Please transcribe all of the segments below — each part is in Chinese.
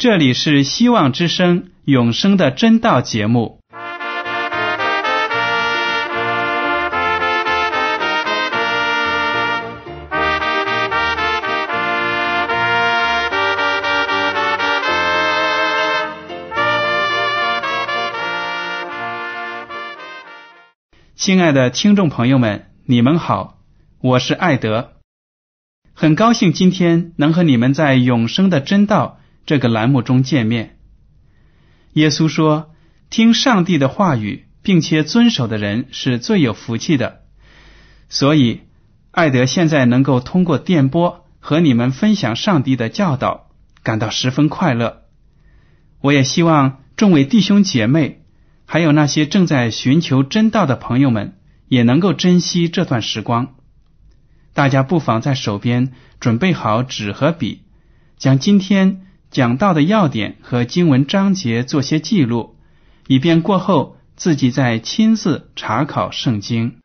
这里是希望之声永生的真道节目。亲爱的听众朋友们，你们好，我是艾德，很高兴今天能和你们在永生的真道这个栏目中见面。耶稣说，听上帝的话语并且遵守的人是最有福气的，所以艾德现在能够通过电波和你们分享上帝的教导，感到十分快乐。我也希望众位弟兄姐妹还有那些正在寻求真道的朋友们也能够珍惜这段时光。大家不妨在手边准备好纸和笔，将今天讲到的要点和经文章节做些记录，以便过后自己再亲自查考圣经。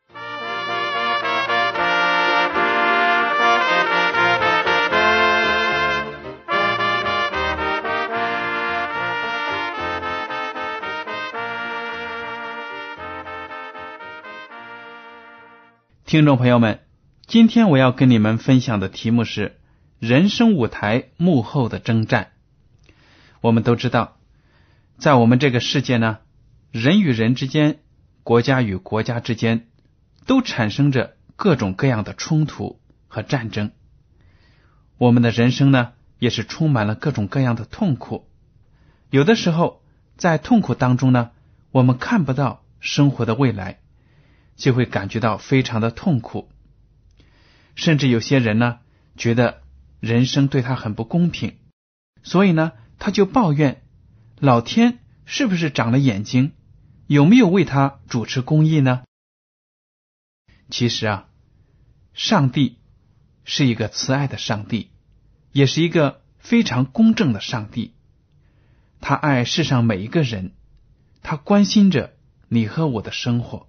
听众朋友们，今天我要跟你们分享的题目是人生舞台幕后的征战。我们都知道，在我们这个世界呢，人与人之间，国家与国家之间，都产生着各种各样的冲突和战争。我们的人生呢，也是充满了各种各样的痛苦。有的时候，在痛苦当中呢，我们看不到生活的未来，就会感觉到非常的痛苦。甚至有些人呢，觉得人生对他很不公平，所以呢，他就抱怨老天是不是长了眼睛，有没有为他主持公义呢？其实啊，上帝是一个慈爱的上帝，也是一个非常公正的上帝。他爱世上每一个人，他关心着你和我的生活。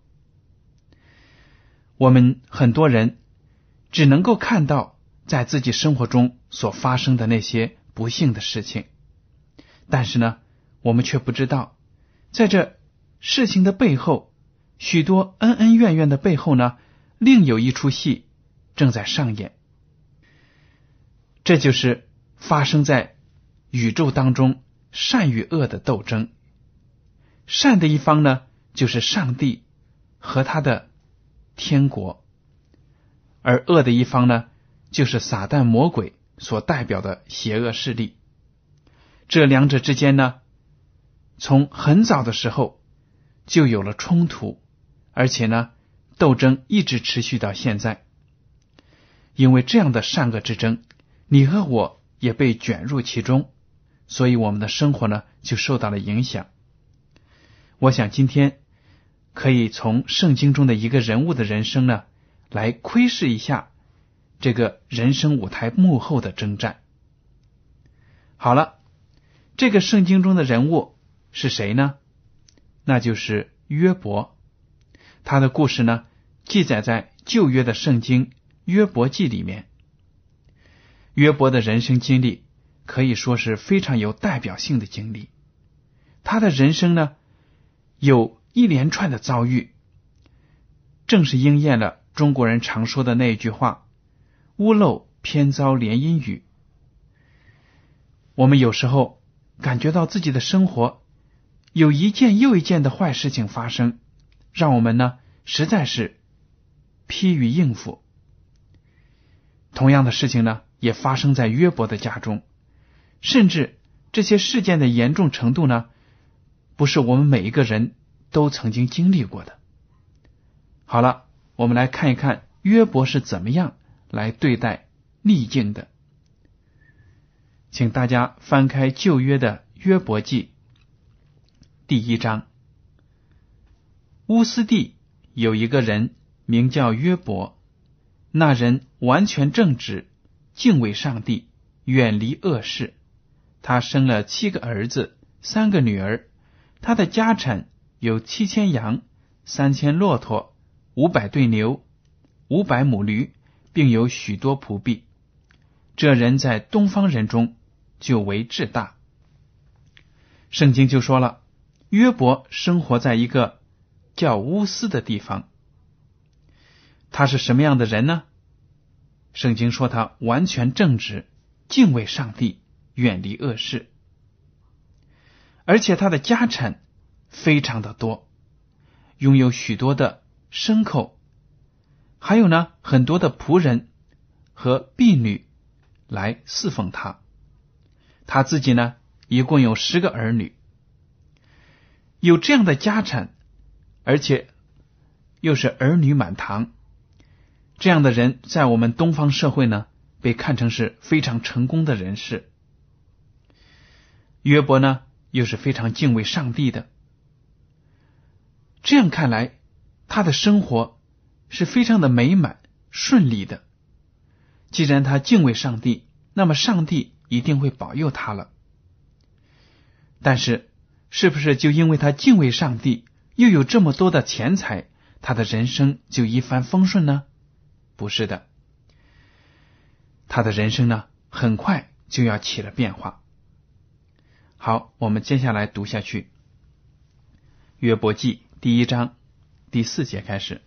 我们很多人只能够看到在自己生活中所发生的那些不幸的事情，但是呢，我们却不知道，在这事情的背后，许多恩恩怨怨的背后呢，另有一出戏正在上演。这就是发生在宇宙当中善与恶的斗争。善的一方呢，就是上帝和他的天国，而恶的一方呢，就是撒旦魔鬼所代表的邪恶势力。这两者之间呢，从很早的时候就有了冲突，而且呢，斗争一直持续到现在。因为这样的善恶之争，你和我也被卷入其中，所以我们的生活呢，就受到了影响。我想今天可以从圣经中的一个人物的人生呢，来窥视一下这个人生舞台幕后的征战。好了，这个圣经中的人物是谁呢？那就是约伯。他的故事呢，记载在旧约的圣经约伯记里面。约伯的人生经历可以说是非常有代表性的经历。他的人生呢，有一连串的遭遇，正是应验了中国人常说的那一句话，屋漏偏遭连阴雨。我们有时候感觉到自己的生活有一件又一件的坏事情发生，让我们呢实在是疲于应付。同样的事情呢，也发生在约伯的家中，甚至这些事件的严重程度呢，不是我们每一个人都曾经经历过的。好了，我们来看一看约伯是怎么样来对待逆境的。请大家翻开旧约的约伯记第1章。乌斯地有一个人名叫约伯，那人完全正直，敬畏上帝，远离恶事。他生了7个儿子，3个女儿。他的家产有7000羊，3000骆驼，500对牛，500母驴，并有许多仆婢。这人在东方人中就为至大。 圣经就说了，约伯生活在一个叫乌斯的地方。他是什么样的人呢？圣经说他完全正直，敬畏上帝，远离恶事，而且他的家产非常的多，拥有许多的牲口，还有呢很多的仆人和婢女来侍奉他。他自己呢一共有10个儿女。有这样的家产，而且又是儿女满堂，这样的人在我们东方社会呢被看成是非常成功的人士。约伯呢又是非常敬畏上帝的，这样看来他的生活是非常的美满顺利的。既然他敬畏上帝，那么上帝一定会保佑他了。但是是不是就因为他敬畏上帝，又有这么多的钱财，他的人生就一帆风顺呢？不是的，他的人生呢很快就要起了变化。好，我们接下来读下去。约伯记第1章第4节开始。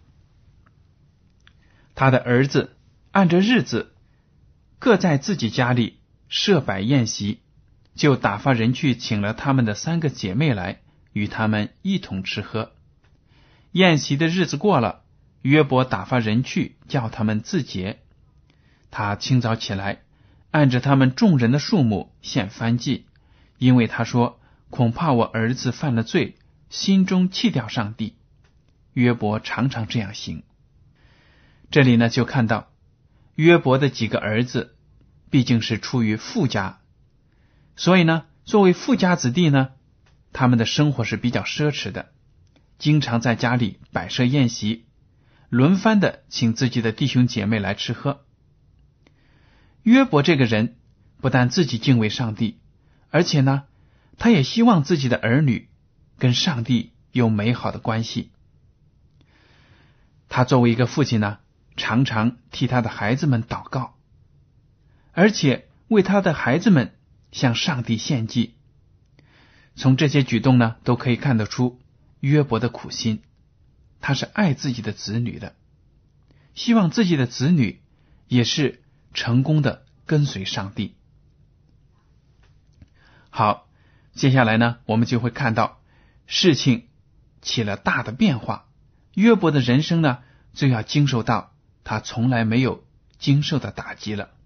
他的儿子按着日子各在自己家里设摆宴席，就打发人去请了他们的3个姐妹来，与他们一同吃喝。宴席的日子过了，约伯打发人去叫他们自洁。他清早起来，按着他们众人的数目献燔祭，因为他说，恐怕我儿子犯了罪，心中弃掉上帝。约伯常常这样行。这里呢就看到约伯的几个儿子毕竟是出于富家，所以呢作为富家子弟呢，他们的生活是比较奢侈的，经常在家里摆设宴席，轮番的请自己的弟兄姐妹来吃喝。约伯这个人不但自己敬畏上帝，而且呢他也希望自己的儿女跟上帝有美好的关系。他作为一个父亲呢，常常替他的孩子们祷告，而且为他的孩子们向上帝献祭。从这些举动呢都可以看得出约伯的苦心，他是爱自己的子女的，希望自己的子女也是成功的跟随上帝。好，接下来呢我们就会看到事情起了大的变化，约伯的人生呢就要经受到他从来没有经受的打击了。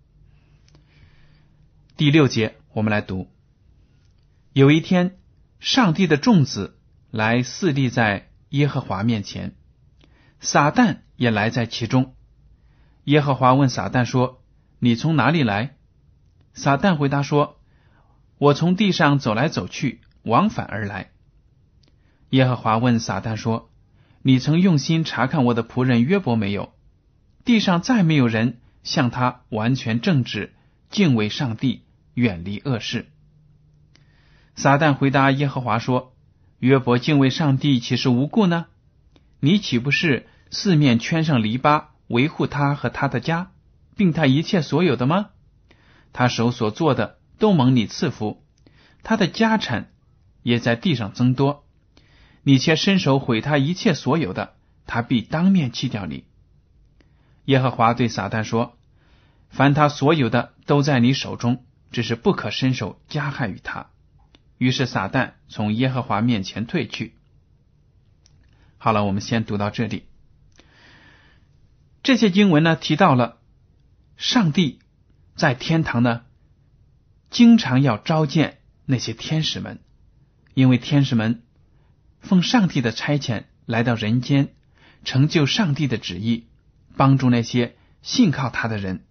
第6节我们来读。有一天，上帝的众子来侍立在耶和华面前，撒旦也来在其中。耶和华问撒旦说，你从哪里来？撒旦回答说，我从地上走来走去，往返而来。耶和华问撒旦说，你曾用心查看我的仆人约伯没有？地上再没有人像他完全正直，敬畏上帝，远离恶事。撒旦回答耶和华说，约伯敬畏上帝岂是无故呢？你岂不是四面圈上篱笆，维护他和他的家，并他一切所有的吗？他手所做的都蒙你赐福，他的家产也在地上增多。你且伸手毁他一切所有的，他必当面弃掉你。耶和华对撒旦说，凡他所有的都在你手中，只是不可伸手加害于他。于是撒旦从耶和华面前退去。好了，我们先读到这里。这些经文呢提到了上帝在天堂呢经常要召见那些天使们，因为天使们奉上帝的差遣来到人间，成就上帝的旨意，帮助那些信靠他的人。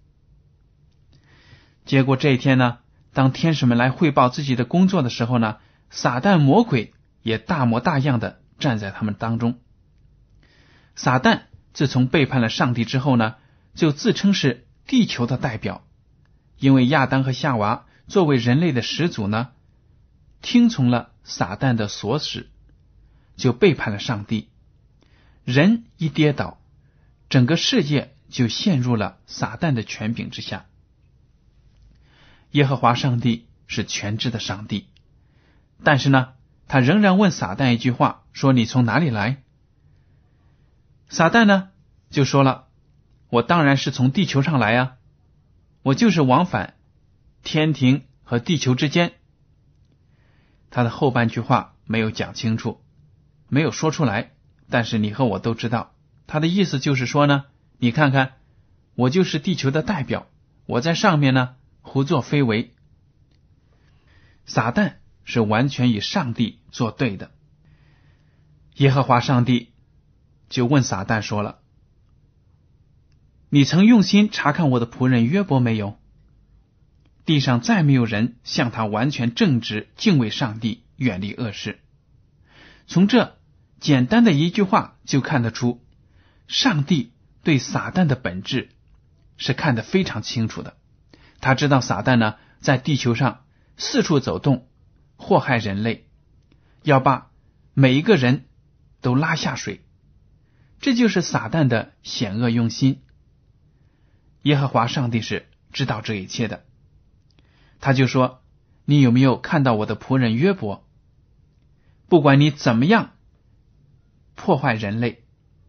结果这一天呢，当天使们来汇报自己的工作的时候呢，撒旦魔鬼也大模大样的站在他们当中。撒旦自从背叛了上帝之后呢，就自称是地球的代表，因为亚当和夏娃作为人类的始祖呢，听从了撒旦的唆使，就背叛了上帝。人一跌倒，整个世界就陷入了撒旦的权柄之下。耶和华上帝是全知的上帝， 但是呢，他仍然问撒旦一句话，说你从哪里来？撒旦呢就说了，我当然是从地球上来啊，我就是往返天庭和地球之间。他的后半句话没有讲清楚，没有说出来，但是你和我都知道，他的意思就是说呢，你看看，我就是地球的代表，我在上面呢胡作非为。撒旦是完全与上帝作对的。耶和华上帝就问撒旦说了，你曾用心查看我的仆人约伯没有？地上再没有人像他完全正直，敬畏上帝，远离恶事。从这简单的一句话就看得出，上帝对撒旦的本质是看得非常清楚的。他知道撒旦呢在地球上四处走动，祸害人类，要把每一个人都拉下水，这就是撒旦的险恶用心。耶和华上帝是知道这一切的，他就说，你有没有看到我的仆人约伯？不管你怎么样破坏人类，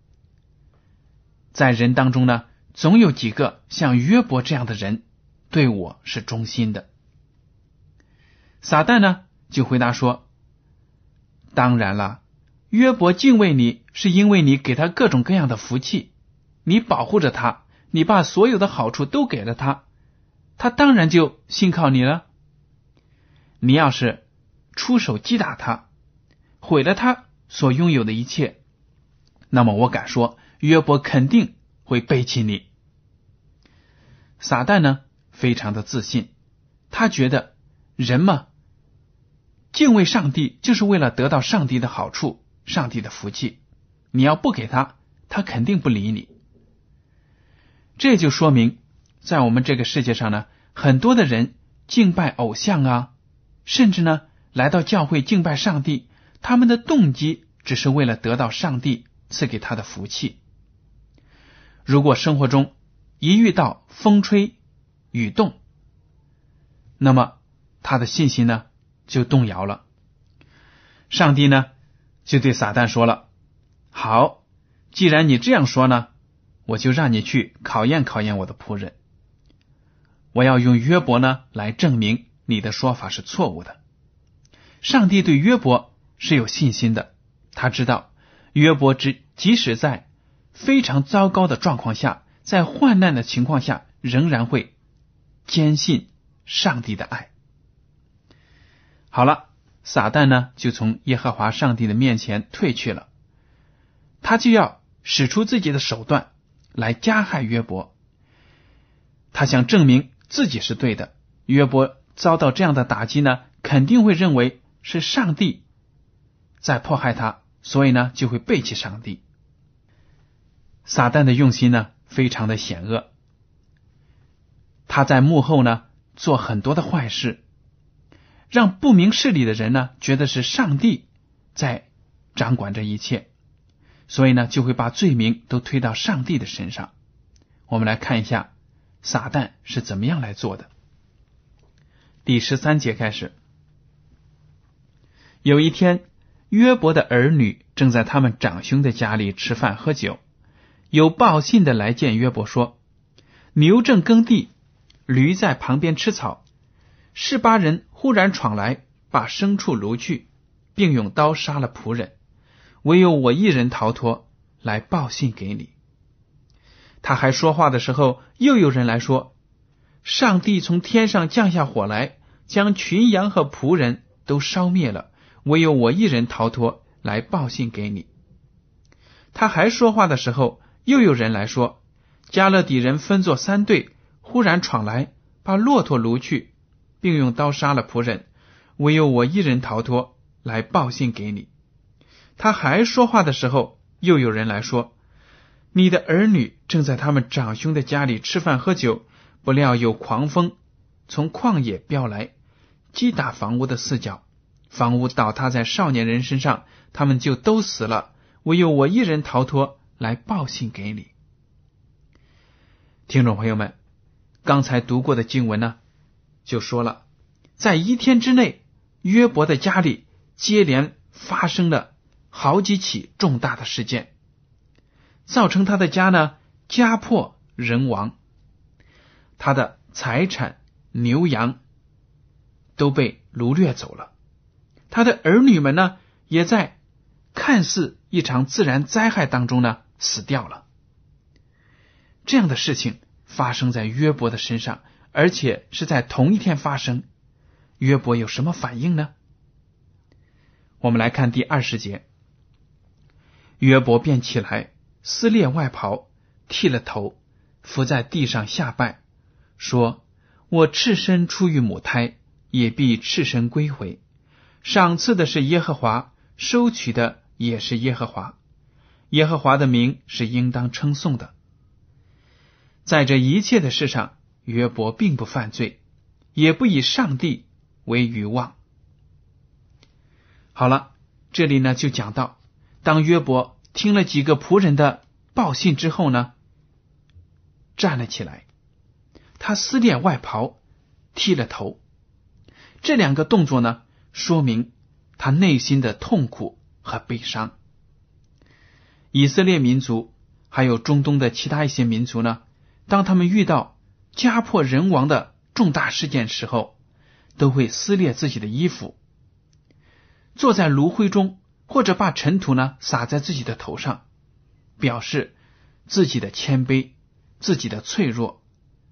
在人当中呢，总有几个像约伯这样的人对我是忠心的。撒旦呢就回答说，当然了，约伯敬畏你是因为你给他各种各样的福气，你保护着他，你把所有的好处都给了他，他当然就信靠你了。你要是出手击打他，毁了他所拥有的一切，那么我敢说，约伯肯定会背弃你。撒旦呢非常的自信，他觉得人嘛，敬畏上帝就是为了得到上帝的好处，上帝的福气，你要不给他，他肯定不理你。这就说明在我们这个世界上呢，很多的人敬拜偶像啊，甚至呢来到教会敬拜上帝，他们的动机只是为了得到上帝赐给他的福气。如果生活中一遇到风吹雨动，那么他的信心呢就动摇了。上帝呢就对撒旦说了，好，既然你这样说呢，我就让你去考验考验我的仆人，我要用约伯呢来证明你的说法是错误的。上帝对约伯是有信心的，他知道约伯即使在非常糟糕的状况下，在患难的情况下，仍然会坚信上帝的爱。好了，撒旦呢就从耶和华上帝的面前退去了，他就要使出自己的手段来加害约伯。他想证明自己是对的，约伯遭到这样的打击呢，肯定会认为是上帝在迫害他，所以呢就会背弃上帝。撒旦的用心呢非常的险恶，他在幕后呢做很多的坏事，让不明事理的人呢觉得是上帝在掌管这一切，所以呢就会把罪名都推到上帝的身上。我们来看一下撒旦是怎么样来做的。第13节开始，有一天，约伯的儿女正在他们长兄的家里吃饭喝酒，有报信的来见约伯说，牛正耕地，驴在旁边吃草，示巴人忽然闯来，把牲畜掳去，并用刀杀了仆人，唯有我一人逃脱，来报信给你。他还说话的时候，又有人来说，上帝从天上降下火来，将群羊和仆人都烧灭了，唯有我一人逃脱，来报信给你。他还说话的时候，又有人来说，加勒底人分作3队，忽然闯来，把骆驼掳去，并用刀杀了仆人，唯有我一人逃脱，来报信给你。他还说话的时候，又有人来说，你的儿女正在他们长兄的家里吃饭喝酒，不料有狂风从旷野飙来，击打房屋的4角，房屋倒塌在少年人身上，他们就都死了，唯有我一人逃脱，来报信给你。听众朋友们，刚才读过的经文呢，就说了，在1天之内， 约伯的家里接连发生了好几起重大的事件，造成他的家呢家破人亡，他的财产牛羊都被掳掠走了，他的儿女们呢也在看似一场自然灾害当中呢死掉了。这样的事情发生在约伯的身上，而且是在同一天发生，约伯有什么反应呢？我们来看第20节，约伯便起来，撕裂外袍，剃了头，伏在地上下拜，说：我赤身出于母胎，也必赤身归回。赏赐的是耶和华，收取的也是耶和华，耶和华的名是应当称颂的。在这一切的事上，约伯并不犯罪，也不以上帝为愚妄。好了，这里呢就讲到，当约伯听了几个仆人的报信之后呢，站了起来，他撕裂外袍，剃了头。这两个动作呢，说明他内心的痛苦和悲伤。以色列民族还有中东的其他一些民族呢，当他们遇到家破人亡的重大事件时候，都会撕裂自己的衣服，坐在炉灰中，或者把尘土呢撒在自己的头上，表示自己的谦卑，自己的脆弱。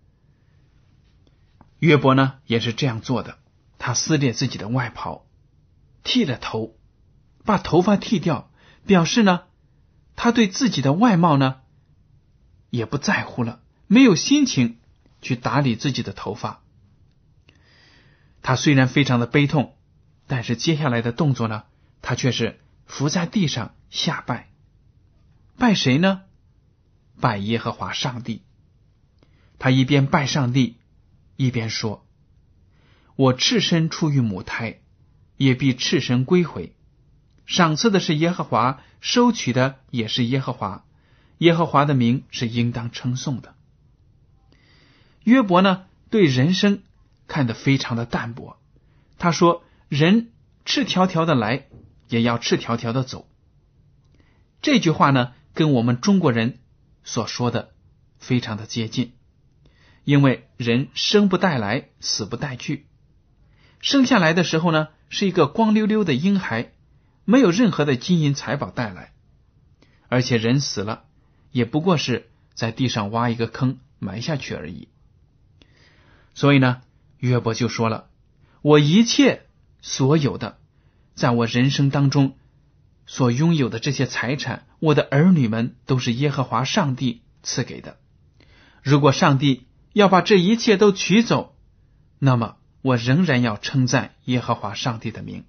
约伯呢也是这样做的，他撕裂自己的外袍，剃了头，把头发剃掉，表示呢他对自己的外貌呢也不在乎了，没有心情去打理自己的头发。他虽然非常的悲痛，但是接下来的动作呢，他却是伏在地上下拜。拜谁呢？拜耶和华上帝。他一边拜上帝，一边说：我赤身出于母胎，也必赤身归回。赏赐的是耶和华，收取的也是耶和华，耶和华的名是应当称颂的。约伯呢，对人生看得非常的淡薄。他说，人赤条条的来，也要赤条条的走。这句话呢，跟我们中国人所说的非常的接近。因为人生不带来，死不带去。生下来的时候呢，是一个光溜溜的婴孩，没有任何的金银财宝带来，而且人死了，也不过是在地上挖一个坑埋下去而已。所以呢，约伯就说了，我一切所有的，在我人生当中所拥有的这些财产，我的儿女们都是耶和华上帝赐给的。如果上帝要把这一切都取走，那么我仍然要称赞耶和华上帝的名。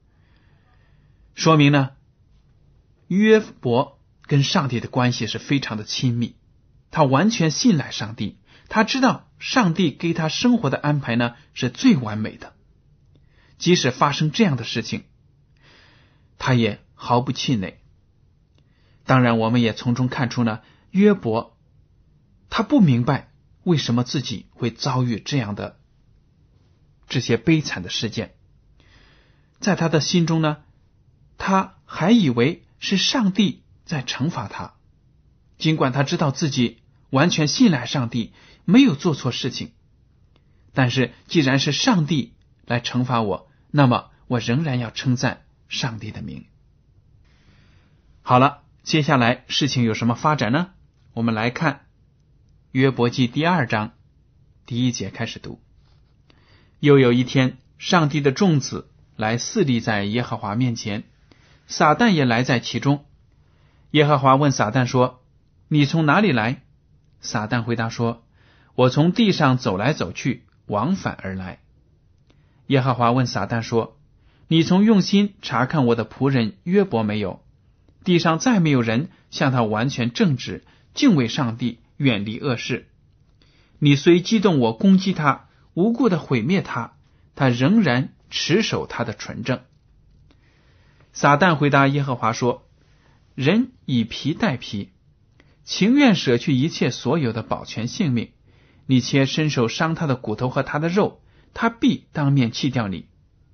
说明呢，约伯跟上帝的关系是非常的亲密，他完全信赖上帝，他知道上帝给他生活的安排呢是最完美的。即使发生这样的事情，他也毫不气馁。当然我们也从中看出呢，约伯他不明白为什么自己会遭遇这样的这些悲惨的事件。在他的心中呢，他还以为是上帝在惩罚他，尽管他知道自己完全信赖上帝，没有做错事情，但是既然是上帝来惩罚我，那么我仍然要称赞上帝的名。好了，接下来事情有什么发展呢？我们来看约伯记第2章第1节开始读。又有一天，上帝的众子来侍立在耶和华面前，撒旦也来在其中。耶和华问撒旦说：你从哪里来？撒旦回答说：我从地上走来走去，往返而来。耶和华问撒旦说：你从用心查看我的仆人约伯没有？地上再没有人像他完全正直，敬畏上帝，远离恶事。你虽激动我攻击他，无故的毁灭他，他仍然持守他的纯正。撒旦回答耶和华说：人以皮代皮，情愿舍去一切所有的保全性命。你且伸手伤他的骨头和他的肉，他必当面弃掉你。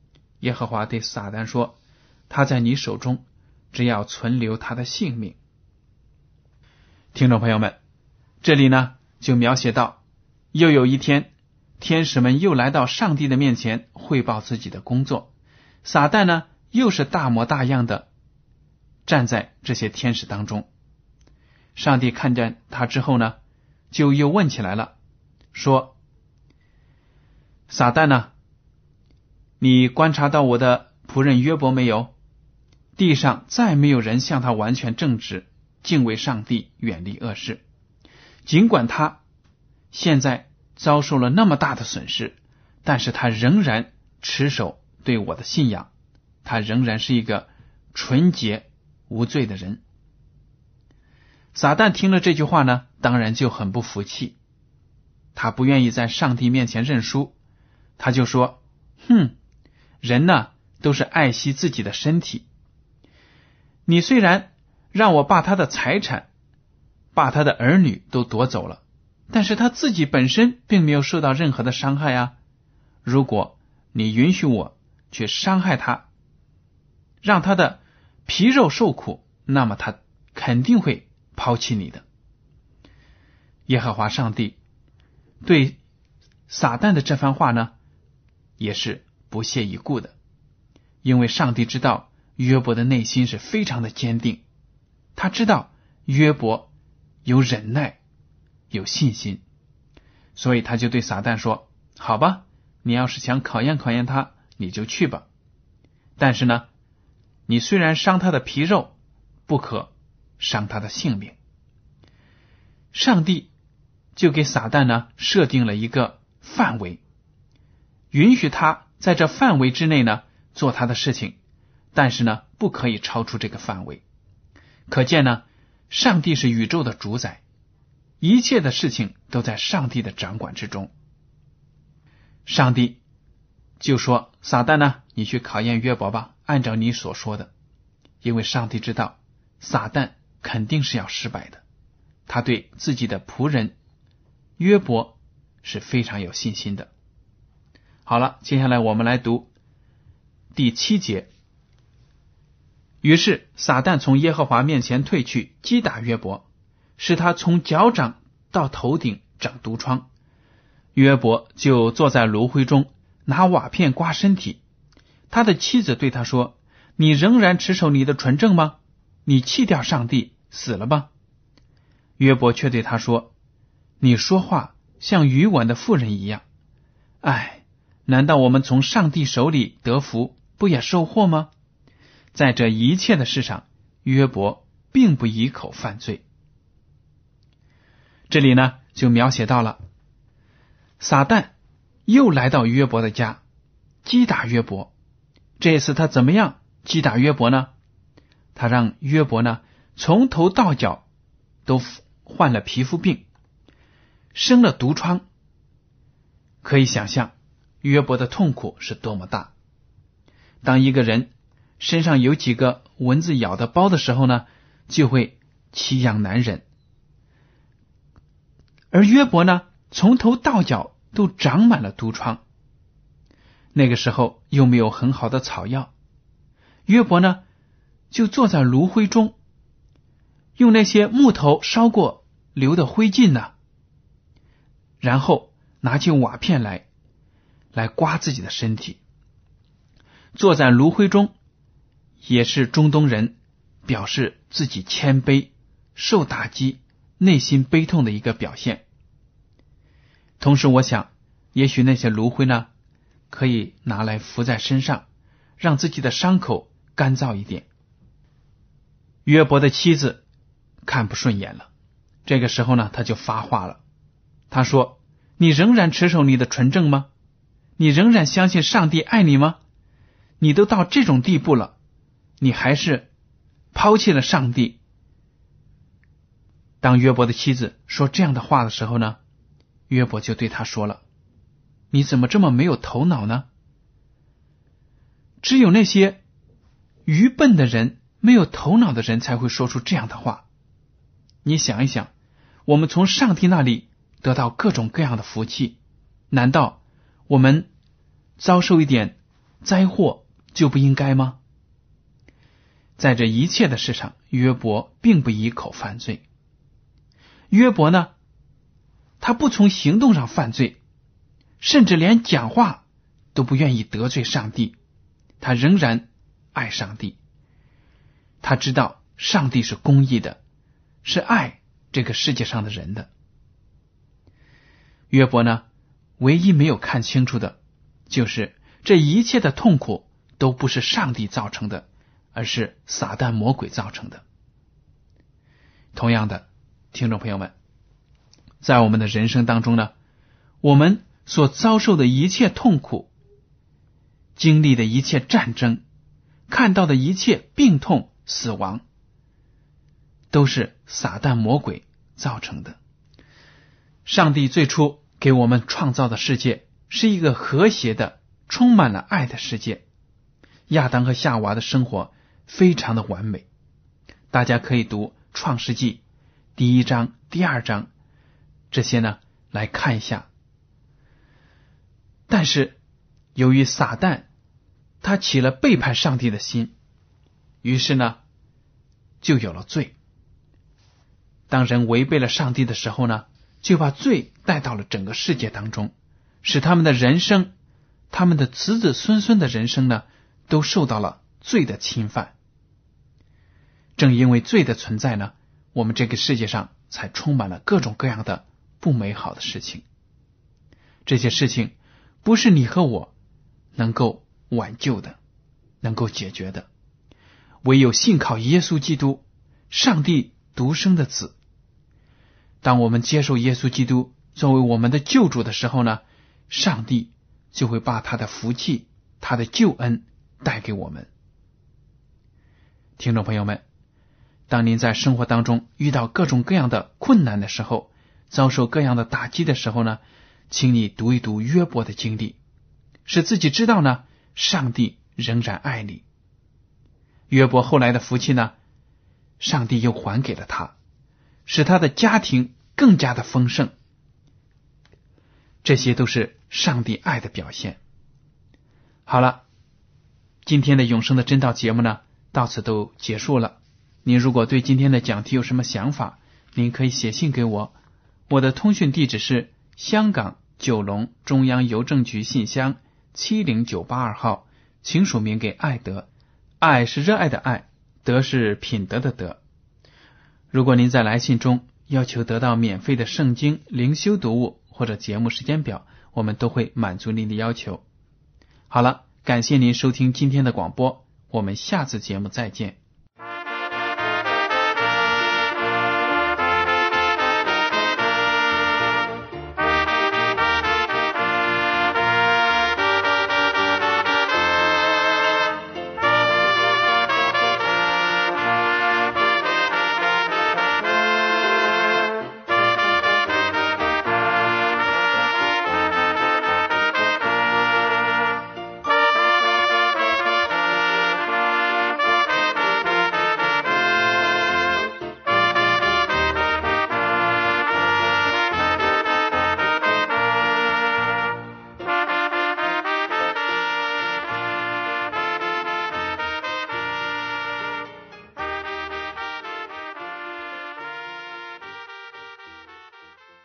耶和华对撒旦说，他在你手中，只要存留他的性命。听众朋友们，这里呢就描写到，又有一天，天使们又来到上帝的面前汇报自己的工作，撒旦呢又是大模大样的站在这些天使当中。上帝看见他之后呢，就又问起来了，说，撒旦呢，你观察到我的仆人约伯没有？地上再没有人像他完全正直，敬畏上帝，远离恶事。尽管他现在遭受了那么大的损失，但是他仍然持守对我的信仰，他仍然是一个纯洁无罪的人。撒旦听了这句话呢，当然就很不服气，他不愿意在上帝面前认输，他就说，人呢都是爱惜自己的身体，你虽然让我把他的财产，把他的儿女都夺走了，但是他自己本身并没有受到任何的伤害啊。如果你允许我去伤害他，让他的皮肉受苦，那么他肯定会抛弃你的。耶和华上帝对撒旦的这番话呢，也是不屑一顾的，因为上帝知道约伯的内心是非常的坚定，他知道约伯有忍耐，有信心，所以他就对撒旦说，好吧，你要是想考验考验他，你就去吧，但是呢，你虽然伤他的皮肉，不可伤他的性命。上帝就给撒旦呢设定了一个范围，允许他在这范围之内呢做他的事情，但是呢不可以超出这个范围。可见呢，上帝是宇宙的主宰，一切的事情都在上帝的掌管之中。上帝就说，撒旦呢，你去考验约伯吧，按照你所说的，因为上帝知道撒旦肯定是要失败的，他对自己的仆人约伯是非常有信心的。好了，接下来我们来读第7节。于是撒旦从耶和华面前退去，击打约伯，使他从脚掌到头顶长毒疮。约伯就坐在炉灰中，拿瓦片刮身体。他的妻子对他说，你仍然持守你的纯正吗？你弃掉上帝，死了吧。约伯却对他说，你说话像愚顽的妇人一样。唉，难道我们从上帝手里得福，不也受祸吗？在这一切的事上，约伯并不以口犯罪。这里呢，就描写到了撒旦又来到约伯的家，击打约伯。这次他怎么样击打约伯呢？他让约伯呢从头到脚都患了皮肤病，生了毒疮。可以想象约伯的痛苦是多么大。当一个人身上有几个蚊子咬的包的时候呢，就会奇痒难忍。而约伯呢，从头到脚都长满了毒疮。那个时候又没有很好的草药，约伯呢就坐在炉灰中，用那些木头烧过留的灰烬呢，然后拿起瓦片来刮自己的身体。坐在炉灰中也是中东人表示自己谦卑、受打击、内心悲痛的一个表现。同时我想，也许那些炉灰呢，可以拿来敷在身上，让自己的伤口干燥一点。约伯的妻子看不顺眼了，这个时候呢，他就发话了。他说，你仍然持守你的纯正吗？你仍然相信上帝爱你吗？你都到这种地步了，你还是抛弃了上帝。当约伯的妻子说这样的话的时候呢，约伯就对他说了，你怎么这么没有头脑呢？只有那些愚笨的人、没有头脑的人才会说出这样的话。你想一想，我们从上帝那里得到各种各样的福气，难道我们遭受一点灾祸、 就不应该吗？在这一切的事上，约伯并不以口犯罪。约伯呢，他不从行动上犯罪，甚至连讲话都不愿意得罪上帝，他仍然爱上帝。他知道上帝是公义的，是爱这个世界上的人的。约伯呢，唯一没有看清楚的就是这一切的痛苦都不是上帝造成的，而是撒旦魔鬼造成的。同样的，听众朋友们，在我们的人生当中呢，我们所遭受的一切痛苦，经历的一切战争，看到的一切病痛、死亡，都是撒旦魔鬼造成的。上帝最初给我们创造的世界是一个和谐的、充满了爱的世界。亚当和夏娃的生活非常的完美，大家可以读创世纪第1章、第2章这些呢来看一下。但是由于撒旦他起了背叛上帝的心，于是呢就有了罪。当人违背了上帝的时候呢，就把罪带到了整个世界当中，使他们的人生，他们的子子孙孙的人生呢都受到了罪的侵犯。正因为罪的存在呢，我们这个世界上才充满了各种各样的不美好的事情。这些事情不是你和我能够挽救的，能够解决的。唯有信靠耶稣基督，上帝独生的子。当我们接受耶稣基督作为我们的救主的时候呢，上帝就会把他的福气、他的救恩带给我们。听众朋友们，当您在生活当中遇到各种各样的困难的时候，遭受各样的打击的时候呢，请你读一读约伯的经历，使自己知道呢，上帝仍然爱你。约伯后来的福气呢，上帝又还给了他，使他的家庭更加的丰盛。这些都是上帝爱的表现。好了，今天的永生的真道节目呢，到此都结束了。您如果对今天的讲题有什么想法，您可以写信给我。我的通讯地址是香港九龙中央邮政局信箱70982号，请署名给爱德。爱是热爱的爱，德是品德的德。如果您在来信中要求得到免费的圣经灵修读物或者节目时间表，我们都会满足您的要求。好了，感谢您收听今天的广播，我们下次节目再见。